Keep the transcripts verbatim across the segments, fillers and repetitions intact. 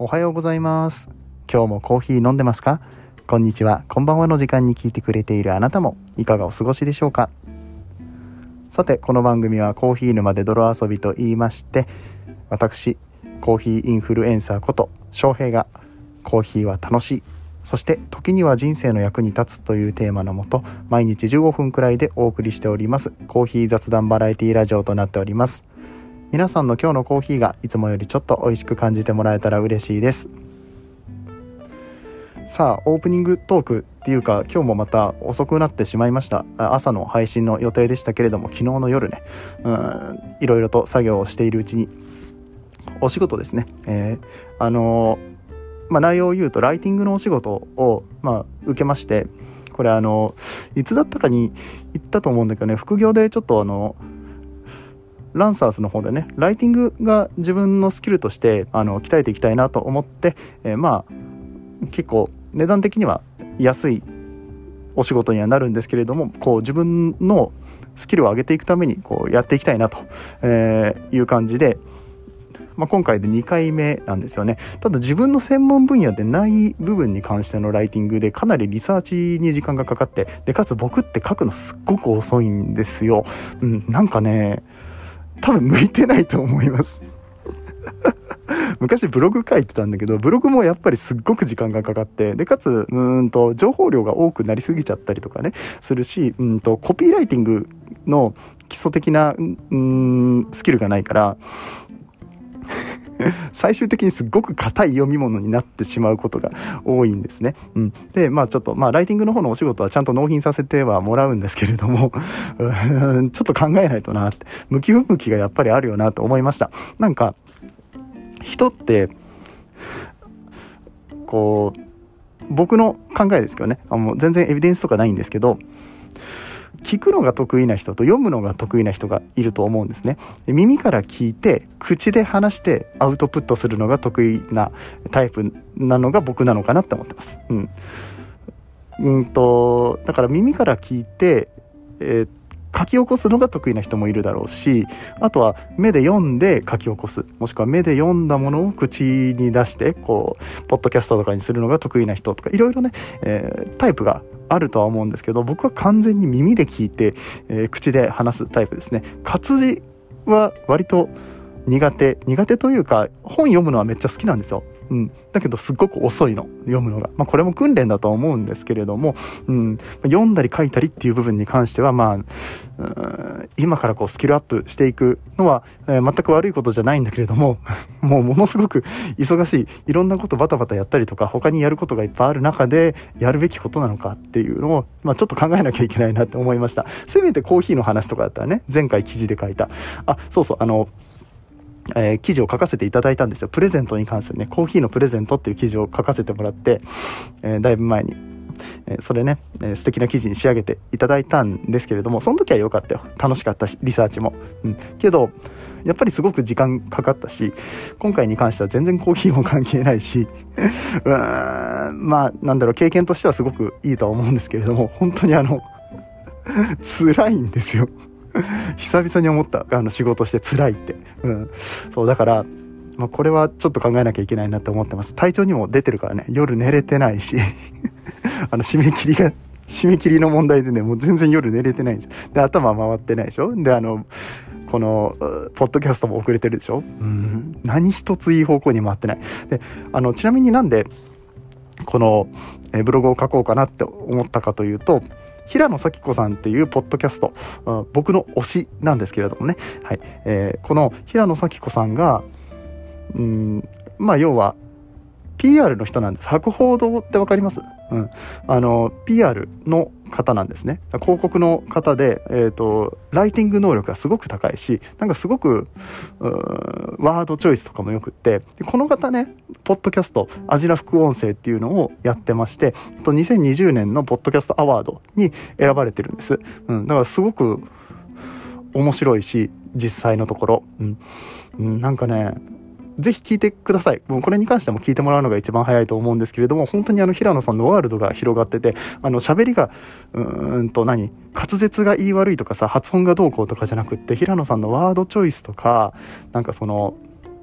おはようございます。今日もコーヒー飲んでますか？こんにちは、こんばんはの時間に聞いてくれているあなたもいかがお過ごしでしょうか？さて、この番組はコーヒー沼で泥遊びと言いまして、私コーヒーインフルエンサーこと翔平がコーヒーは楽しい、そして時には人生の役に立つというテーマのもと、毎日じゅうごふんくらいでお送りしておりますコーヒー雑談バラエティラジオとなっております。皆さんの今日のコーヒーがいつもよりちょっと美味しく感じてもらえたら嬉しいです。さあ、オープニングトークっていうか、今日もまた遅くなってしまいました。朝の配信の予定でしたけれども、昨日の夜ね、うーんいろいろと作業をしているうちにお仕事ですね、えー、あのーまあ、内容を言うとライティングのお仕事を、まあ、受けまして、これあのいつだったかに言ったと思うんだけどね、副業でちょっとあのランサーズの方でね、ライティングが自分のスキルとしてあの鍛えていきたいなと思って、えー、まあ結構値段的には安いお仕事にはなるんですけれども、こう自分のスキルを上げていくためにこうやっていきたいなという感じで、まあ、今回でにかいめなんですよね。ただ自分の専門分野でない部分に関してのライティングでかなりリサーチに時間がかかって、でかつ僕って書くのすっごく遅いんですよ。うん、なんかね多分向いてないと思います昔ブログ書いてたんだけど、ブログもやっぱりすっごく時間がかかって、でかつうーんと情報量が多くなりすぎちゃったりとかねするし、うんとコピーライティングの基礎的なうーんスキルがないから最終的にすっごく硬い読み物になってしまうことが多いんですね。うん、でまあちょっとまあライティングの方のお仕事はちゃんと納品させてはもらうんですけれどもうーんちょっと考えないとなって、向き不向きがやっぱりあるよなと思いました。なんか人ってこう僕の考えですけどね、あの全然エビデンスとかないんですけど、聞くのが得意な人と読むのが得意な人がいると思うんですね。で耳から聞いて口で話してアウトプットするのが得意なタイプなのが僕なのかなって思ってます。うん、うんとだから耳から聞いて、えー書き起こすのが得意な人もいるだろうし、あとは目で読んで書き起こす、もしくは目で読んだものを口に出してこうポッドキャストとかにするのが得意な人とか、いろいろね、えー、タイプがあるとは思うんですけど、僕は完全に耳で聞いて、えー、口で話すタイプですね。活字は割と苦手苦手というか、本読むのはめっちゃ好きなんですよ。うん、だけどすっごく遅いの、読むのが。まあこれも訓練だとは思うんですけれども、うん、読んだり書いたりっていう部分に関しては、まあうん今からこうスキルアップしていくのは、えー、全く悪いことじゃないんだけれどももうものすごく忙しい、いろんなことバタバタやったりとか他にやることがいっぱいある中でやるべきことなのかっていうのを、まあ、ちょっと考えなきゃいけないなって思いました。せめてコーヒーの話とかだったらね、前回記事で書いた、あそうそうあのえー、記事を書かせていただいたんですよ。プレゼントに関するね、コーヒーのプレゼントっていう記事を書かせてもらって、えー、だいぶ前に、えー、それね、えー、素敵な記事に仕上げていただいたんですけれども、その時は良かったよ、楽しかったし、リサーチも、うん、けどやっぱりすごく時間かかったし、今回に関しては全然コーヒーも関係ないしうーんまあなんだろう、経験としてはすごくいいとは思うんですけれども、本当にあの辛いんですよ久々に思った、あの仕事して辛いって、うん、そうだから、まあ、これはちょっと考えなきゃいけないなって思ってます。体調にも出てるからね、夜寝れてないしあの締め切りが締め切りの問題でね、もう全然夜寝れてないんですよ。で頭回ってないでしょ。であのこのポッドキャストも遅れてるでしょ。うん何一ついい方向に回ってない。であのちなみになんでこのえブログを書こうかなって思ったかというと、平野咲子さんっていうポッドキャスト、僕の推しなんですけれどもね、はいえー、この平野咲子さんがうーんまあ要は ピーアール の人なんです。博報堂ってわかります？うん、あの ピーアール の方なんですね。広告の方で、えーと、ライティング能力がすごく高いし、なんかすごくワードチョイスとかもよくって、でこの方ね、ポッドキャストアジナ副音声っていうのをやってまして、とにせんにじゅうねんのポッドキャストアワードに選ばれてるんです。うん、だからすごく面白いし、実際のところ、うんうん、なんかねぜひ聞いてください。もうこれに関しても聞いてもらうのが一番早いと思うんですけれども、本当にあの平野さんのワールドが広がってて、あの喋りがうーんと何滑舌が言い悪いとかさ、発音がどうこうとかじゃなくって、平野さんのワードチョイスとか、なんかその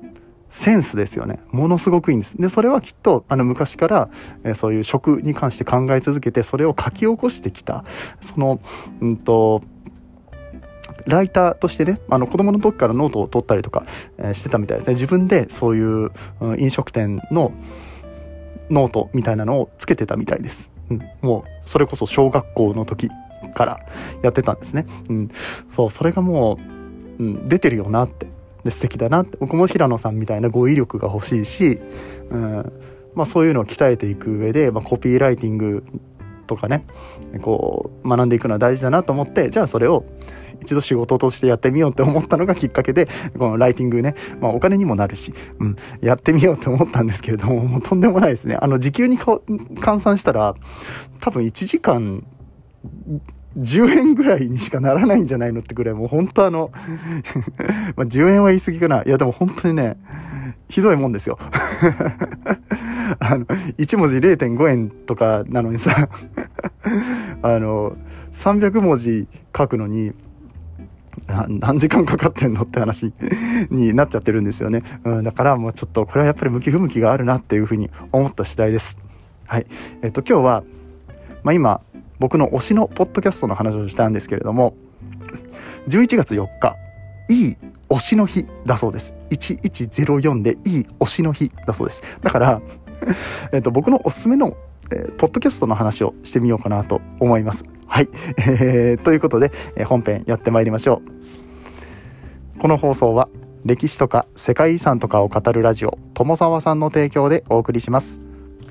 センスですよね。ものすごくいいんです。で、それはきっと、あの、昔から、えー、そういう食に関して考え続けて、それを書き起こしてきた、その、うんと、ライターとしてね、あの、子供の時からノートを取ったりとか、えー、してたみたいですね。自分でそういう、うん、飲食店のノートみたいなのをつけてたみたいです。うん、もう、それこそ小学校の時からやってたんですね。うん、そう、それがもう、うん、出てるよなって。で素敵だなって。僕も平野さんみたいな語彙力が欲しいし、うんまあ、そういうのを鍛えていく上で、まあ、コピーライティングとかねこう学んでいくのは大事だなと思って、じゃあそれを一度仕事としてやってみようって思ったのがきっかけで、このライティングね、まあ、お金にもなるし、うん、やってみようと思ったんですけれども、もうとんでもないですね。あの時給に換算したら多分いちじかんじゅうえんぐらいにしかならないんじゃないのってぐらい、もう本当あのまあじゅうえんは言い過ぎかな。いやでも本当にねひどいもんですよあのいち文字 れいてんごえんとかなのにさあのさんびゃくもじ書くのに何時間かかってんのって話になっちゃってるんですよね、うん、だからもうちょっとこれはやっぱり向き不向きがあるなっていうふうに思った次第です。はい、えっと今日は、まあ、今僕の推しのポッドキャストの話をしたんですけれども、じゅういちがつよっかいい推しの日だそうです。いちいちゼロよんでいい推しの日だそうです。だからえっと僕のおすすめの、えー、ポッドキャストの話をしてみようかなと思います。はい、えー、ということで、えー、本編やってまいりましょう。この放送は歴史とか世界遺産とかを語るラジオ友沢さんの提供でお送りします。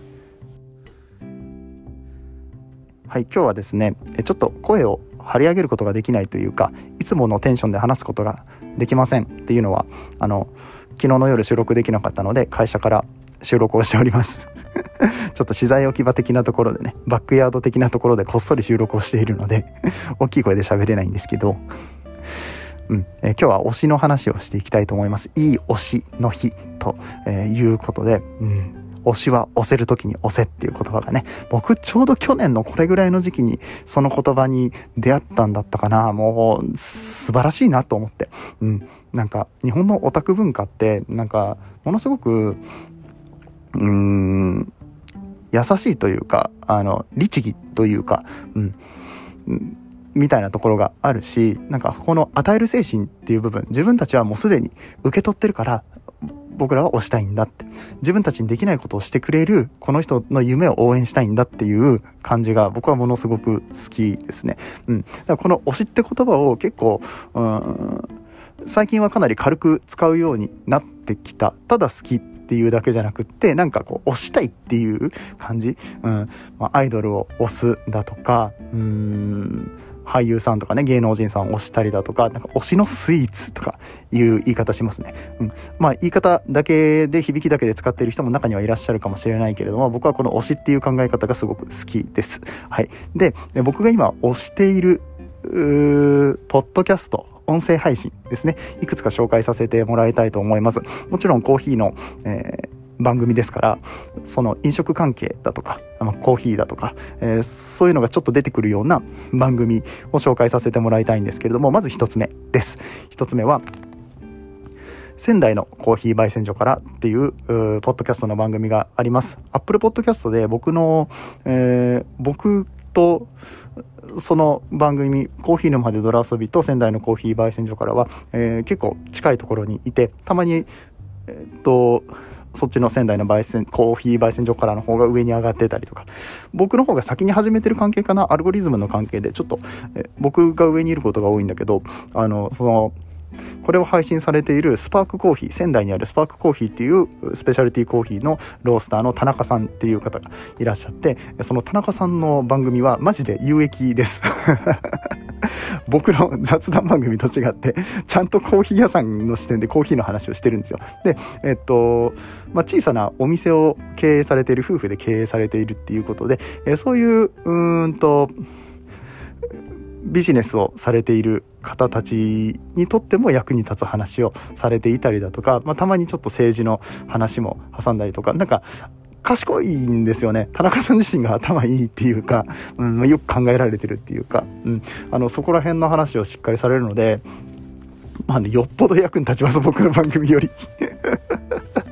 はい、今日はですねちょっと声を張り上げることができないというか、いつものテンションで話すことができませんっていうのは、あの昨日の夜収録できなかったので会社から収録をしておりますちょっと資材置き場的なところでね、バックヤード的なところでこっそり収録をしているので大きい声で喋れないんですけど、うんえー、今日は推しの話をしていきたいと思います。いい推しの日と、えー、いうことで、うん推しは押せるときに押せっていう言葉がね、僕ちょうど去年のこれぐらいの時期にその言葉に出会ったんだったかな。もう素晴らしいなと思って、うん、なんか日本のオタク文化ってなんかものすごくうーん優しいというか、あの律儀というか、うん、うんみたいなところがあるし、なんかこの与える精神っていう部分、自分たちはもうすでに受け取ってるから僕らは推したいんだって、自分たちにできないことをしてくれるこの人の夢を応援したいんだっていう感じが僕はものすごく好きですね。うん、だからこの推しって言葉を結構うーん最近はかなり軽く使うようになってきた。ただ好きっていうだけじゃなくって、なんかこう推したいっていう感じ、うんまあ、アイドルを推すだとか、うーん俳優さんとかね、芸能人さんを推したりだとか、なんか推しのスイーツとかいう言い方しますね。うん、まあ言い方だけで、響きだけで使っている人も中にはいらっしゃるかもしれないけれども、僕はこの推しっていう考え方がすごく好きです。はい。で、僕が今推しているポッドキャスト、音声配信ですね、いくつか紹介させてもらいたいと思います。もちろんコーヒーの、えー番組ですから、その飲食関係だとかコーヒーだとか、えー、そういうのがちょっと出てくるような番組を紹介させてもらいたいんですけれども、まず一つ目です。一つ目は仙台のコーヒー焙煎所からっていう、うポッドキャストの番組があります。Apple Podcast で僕の、えー、僕とその番組コーヒー沼で泥遊びと仙台のコーヒー焙煎所からは、えー、結構近いところにいて、たまにえー、っとそっちの仙台の焙煎コーヒー焙煎所からの方が上に上がってたりとか、僕の方が先に始めてる関係かな、アルゴリズムの関係でちょっとえ僕が上にいることが多いんだけど、あのそのこれを配信されているスパークコーヒー、仙台にあるスパークコーヒーっていうスペシャルティーコーヒーのロースターの田中さんっていう方がいらっしゃって、その田中さんの番組はマジで有益です僕の雑談番組と違ってちゃんとコーヒー屋さんの視点でコーヒーの話をしてるんですよ。で、えっとまあ、小さなお店を経営されている夫婦で経営されているっていうことで、えそういううーんとビジネスをされている方たちにとっても役に立つ話をされていたりだとか、まあ、たまにちょっと政治の話も挟んだりとか、なんか賢いんですよね。田中さん自身が頭いいっていうか、うん、よく考えられてるっていうか、うん、あのそこら辺の話をしっかりされるので、まあね、よっぽど役に立ちます、僕の番組より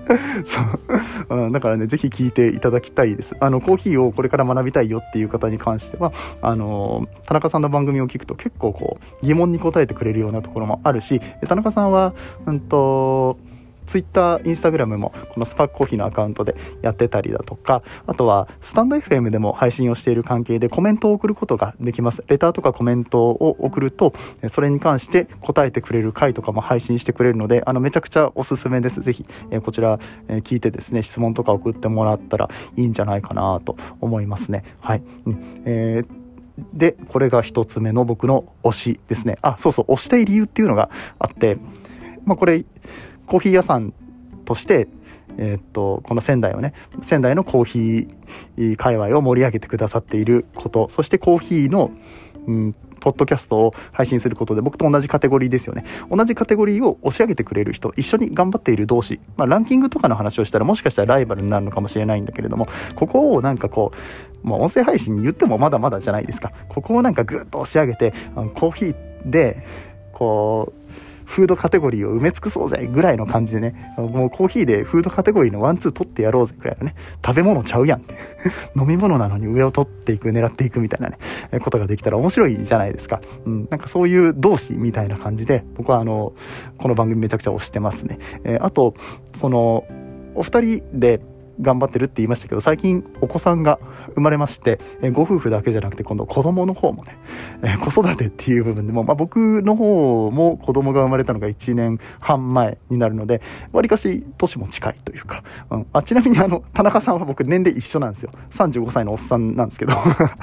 そう、うん、だからね、ぜひ聞いていただきたいです。あのコーヒーをこれから学びたいよっていう方に関しては、あの田中さんの番組を聞くと結構こう疑問に答えてくれるようなところもあるし、田中さんはうんとツイッター、インスタグラムもこのスパークコーヒーのアカウントでやってたりだとか、あとはスタンド エフエム でも配信をしている関係でコメントを送ることができます。レターとかコメントを送ると、それに関して答えてくれる回とかも配信してくれるので、あのめちゃくちゃおすすめです。ぜひ、えー、こちら、えー、聞いてですね、質問とか送ってもらったらいいんじゃないかなと思いますね。はい。うんえーで、これが一つ目の僕の推しですね。あ、そうそう、推したい理由っていうのがあって、まあこれ、コーヒー屋さんとして、えー、っとこの仙台をね仙台のコーヒー界隈を盛り上げてくださっていること、そしてコーヒーの、うん、ポッドキャストを配信することで僕と同じカテゴリーですよね。同じカテゴリーを押し上げてくれる人、一緒に頑張っている同士、まあ、ランキングとかの話をしたらもしかしたらライバルになるのかもしれないんだけれども、ここをなんかこう、もう音声配信に言ってもまだまだじゃないですか。ここをなんかグッと押し上げて、あのコーヒーでこうフードカテゴリーを埋め尽くそうぜぐらいの感じでね、もうコーヒーでフードカテゴリーのワンツー取ってやろうぜぐらいのね、食べ物ちゃうやんって飲み物なのに上を取っていく、狙っていくみたいなねことができたら面白いじゃないですか。うん、なんかそういう同志みたいな感じで僕はあのこの番組めちゃくちゃ推してますね。えー、あとそのお二人で頑張ってるって言いましたけど、最近お子さんが生まれまして、えー、ご夫婦だけじゃなくて今度子供の方もね、えー、子育てっていう部分でも、まあ、僕の方も子供が生まれたのがいちねんはん前になるので、わりかし年も近いというか、うん、あちなみにあの田中さんは僕年齢一緒なんですよ。さんじゅうごさいのおっさんなんですけど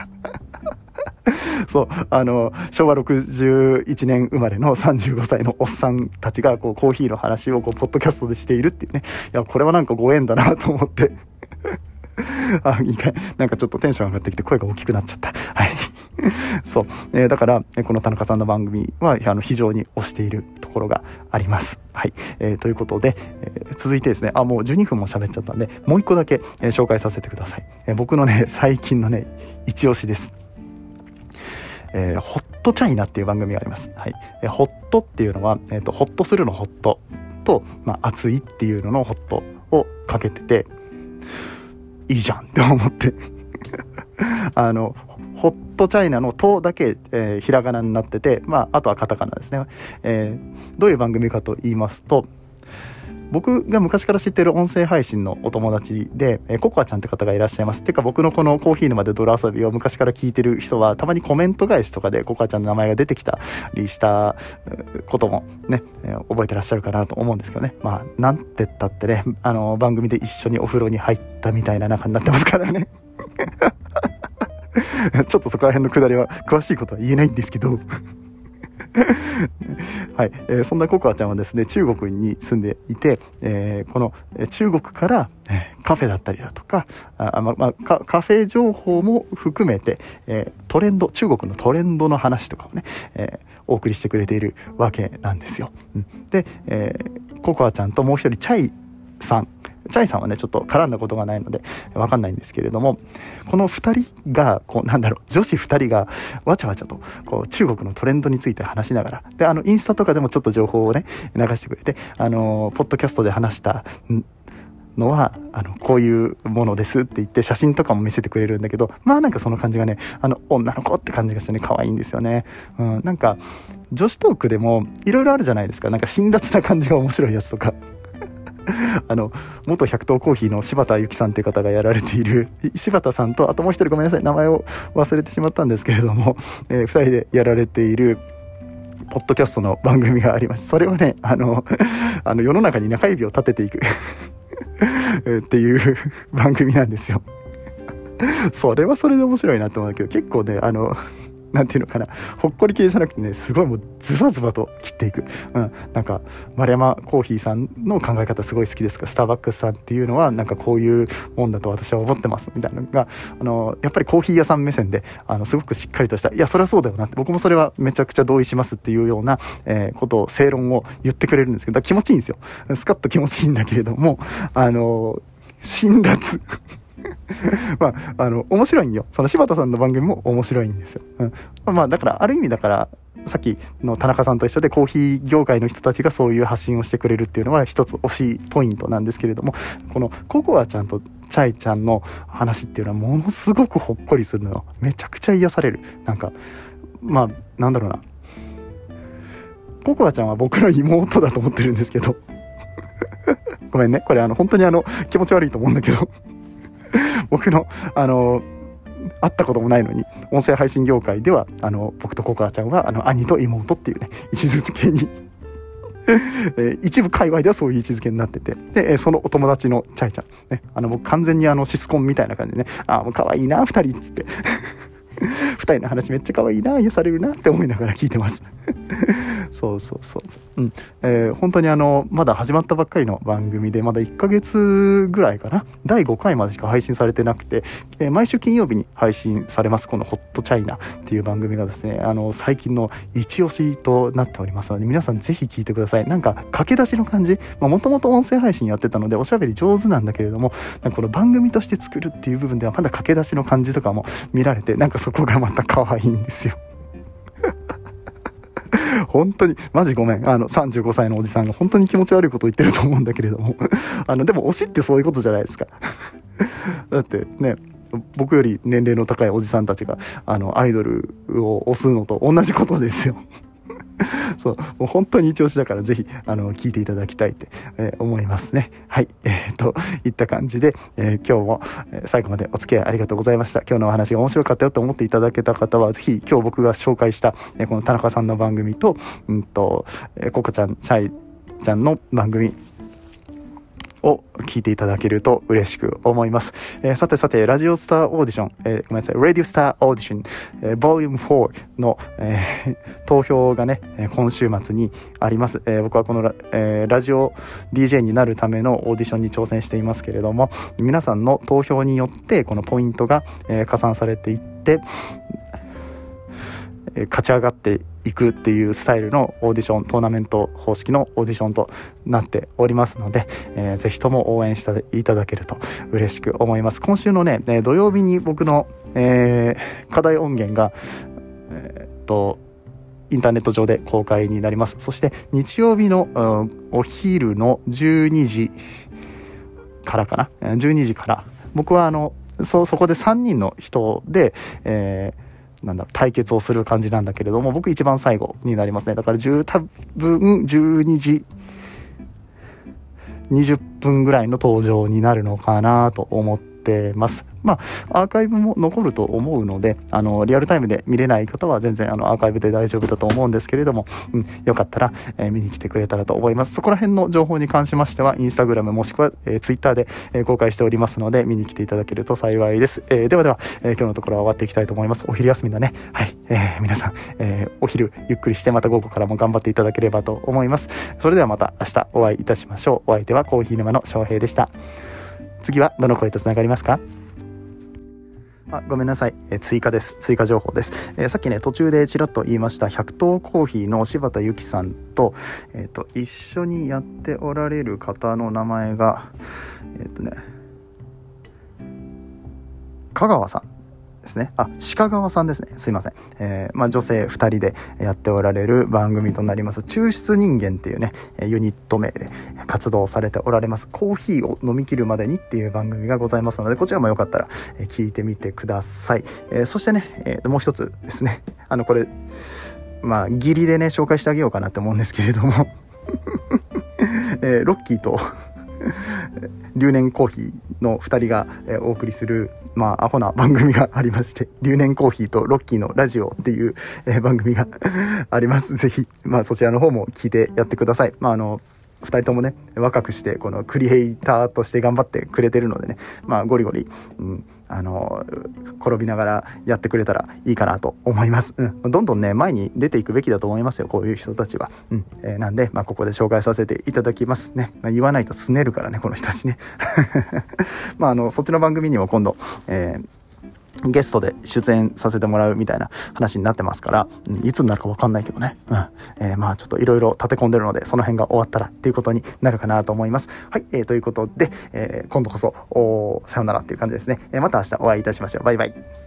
そうあのしょうわろくじゅういちねん生まれのさんじゅうごさいのおっさんたちがこうコーヒーの話をこうポッドキャストでしているっていうね、いやこれはなんかご縁だなと思ってあいいかい、なんかちょっとテンション上がってきて声が大きくなっちゃった。はいそう、えー、だからこの田中さんの番組はあの非常に推しているところがあります。はい、えー、ということで、えー、続いてですね、あもうじゅうにふんも喋っちゃったんでもう一個だけ、えー、紹介させてください。えー、僕のね最近のね一押しです。えー、ホットチャイナっていう番組があります。はい、えー、ホットっていうのは、えーと、ホッとするのホットと、まあ、熱いっていうののホットをかけてていいじゃんって思ってあのホットチャイナのとだけ、えー、ひらがなになってて、まあ、あとはカタカナですね。えー、どういう番組かと言いますと、僕が昔から知っている音声配信のお友達で、えー、ココアちゃんって方がいらっしゃいます。てか僕のこのコーヒー沼で泥遊びを昔から聞いてる人はたまにコメント返しとかでココアちゃんの名前が出てきたりしたこともね、えー、覚えてらっしゃるかなと思うんですけどね。まあなんて言ったってね、あの番組で一緒にお風呂に入ったみたいな仲になってますからねちょっとそこら辺のくだりは詳しいことは言えないんですけどはい、えー、そんなココアちゃんはですね中国に住んでいて、えー、この中国から、えー、カフェだったりだとかあ、ままカ、カフェ情報も含めて、えー、トレンド中国のトレンドの話とかをね、えー、お送りしてくれているわけなんですよ。うん、で、えー、ココアちゃんともう一人チャイさんチャイさんはねちょっと絡んだことがないのでわかんないんですけれども、このふたりがこうなんだろう女子ふたりがわちゃわちゃとこう中国のトレンドについて話しながら、であのインスタとかでもちょっと情報をね流してくれて、あのポッドキャストで話したのはあのこういうものですって言って写真とかも見せてくれるんだけど、まあなんかその感じがねあの女の子って感じがしてね可愛いんですよね。うん、なんか女子トークでもいろいろあるじゃないですか。なんか辛辣な感じが面白いやつとかあの元百頭コーヒーの柴田由紀さんという方がやられている柴田さんと、あともう一人ごめんなさい名前を忘れてしまったんですけれども、えー、ふたりでやられているポッドキャストの番組があります。それはねあのあの世の中に中指を立てていくっていう番組なんですよ。それはそれで面白いなと思うけど、結構ねあのなんていうのかな、ほっこり系じゃなくてねすごいもうズバズバと切っていく、うん、なんか丸山コーヒーさんの考え方すごい好きですが、スターバックスさんっていうのはなんかこういうもんだと私は思ってますみたいなのがあのやっぱりコーヒー屋さん目線であのすごくしっかりとした、いやそりゃそうだよなって、僕もそれはめちゃくちゃ同意しますっていうような、えー、ことを正論を言ってくれるんですけど、気持ちいいんですよ。スカッと気持ちいいんだけれども、あの辛辣まあ、あの面白いんよ。その柴田さんの番組も面白いんですよ。うん、まあだからある意味だからさっきの田中さんと一緒でコーヒー業界の人たちがそういう発信をしてくれるっていうのは一つ推しポイントなんですけれども、このココアちゃんとチャイちゃんの話っていうのはものすごくほっこりするのよ。めちゃくちゃ癒される。なんかまあなんだろうな、ココアちゃんは僕の妹だと思ってるんですけどごめんね、これあの本当にあの気持ち悪いと思うんだけど僕のあの会ったこともないのに音声配信業界ではあの僕とココアちゃんはあの兄と妹っていうね位置づけにえ一部界隈ではそういう位置づけになってて、でそのお友達のチャイちゃん、ね、あの僕完全にあのシスコンみたいな感じでね、あもう可愛いなふたりっつってふたりの話めっちゃ可愛いな癒されるなって思いながら聞いてますそうそうそうそう、うんえー、本当にあのまだ始まったばっかりの番組で、まだいっかげつぐらいかな、だいごかいまでしか配信されてなくて、えー、毎週金曜日に配信されますこのホットチャイナっていう番組がですね、あの最近の一押しとなっておりますので、皆さんぜひ聞いてください。なんか駆け出しの感じ、もともと音声配信やってたのでおしゃべり上手なんだけれども、なんかこの番組として作るっていう部分ではまだ駆け出しの感じとかも見られて、なんかそこがまた可愛いんですよ本当にマジごめん、あのさんじゅうごさいのおじさんが本当に気持ち悪いことを言ってると思うんだけれどもあのでも推しってそういうことじゃないですかだってね、僕より年齢の高いおじさんたちがあのアイドルを推すのと同じことですよそうもう本当に一押しだから、ぜひあの聞いていただきたいって、えー、思いますね。はいえー、といった感じで、えー、今日も、えー、最後までお付き合いありがとうございました。今日のお話が面白かったよと思っていただけた方は、ぜひ今日僕が紹介した、えー、この田中さんの番組と、うんとえー、ココちゃんチャイちゃんの番組を聞いていただけると嬉しく思います。えー、さてさて、ラジオスターオーディション、えー、ごめんなさい、ラディオスターオーディション、えー、ボリュームフォーの、えー、投票がね、今週末にあります。えー、僕はこのラ、えー、ラジオ ディージェー になるためのオーディションに挑戦していますけれども、皆さんの投票によってこのポイントが、えー、加算されていって、えー、勝ち上がっていくっていうスタイルのオーディション、トーナメント方式のオーディションとなっておりますので、えー、ぜひとも応援していただけると嬉しく思います。今週のね、土曜日に僕の、えー、課題音源が、えー、っとインターネット上で公開になります。そして日曜日の、うん、お昼のじゅうにじからかな、じゅうにじから僕はあの そ, そこでさんにんの人で、えーなんだ対決をする感じなんだけれども、僕一番最後になりますね。だからじゅう多分じゅうにじにじゅっぷんぐらいの登場になるのかなと思ってます。まあアーカイブも残ると思うので、あのリアルタイムで見れない方は全然あのアーカイブで大丈夫だと思うんですけれども、うん、よかったら、えー、見に来てくれたらと思います。そこら辺の情報に関しましてはインスタグラムもしくは、えー、ツイッターで、えー、公開しておりますので、見に来ていただけると幸いです。えー、ではでは、えー、今日のところは終わっていきたいと思います。お昼休みだね。はい、えー、皆さん、えー、お昼ゆっくりしてまた午後からも頑張っていただければと思います。それではまた明日お会いいたしましょう。お相手はコーヒー沼の翔平でした。次はどの声とつながりますか？あ、ごめんなさい、えー、追加です追加情報です、えー、さっきね途中でちらっと言いました百頭コーヒーの柴田由紀さんと、えー、と一緒にやっておられる方の名前がえっ、ー、とね香川さんですね。あ、鹿川さんですね。すいません。えー、まあ女性ふたりでやっておられる番組となります抽出人間っていうねユニット名で活動されておられますコーヒーを飲み切るまでにっていう番組がございますので、こちらもよかったら聞いてみてください。えー、そしてね、えー、もう一つですね、あのこれまあギリでね紹介してあげようかなって思うんですけれども、えー、ロッキーと留年コーヒーのふたりがお送りするまあアホな番組がありまして、留年コーヒーとロッキーのラジオっていう番組があります。ぜひまあそちらの方も聞いてやってください。まああのふたりともね若くしてこのクリエイターとして頑張ってくれてるのでね、まあゴリゴリ、うん、あの転びながらやってくれたらいいかなと思います。うん、どんどんね前に出ていくべきだと思いますよ、こういう人たちは。うん、えー、なんでまあここで紹介させていただきますね。まあ、言わないとすねるからねこの人たちね。まああのそっちの番組にも今度、えーゲストで出演させてもらうみたいな話になってますから、うん、いつになるか分かんないけどね、うんえー、まあちょっといろいろ立て込んでるので、その辺が終わったらっていうことになるかなと思います。はい、えー、ということで、えー、今度こそおさよならっていう感じですね。えー、また明日お会いいたしましょう。バイバイ。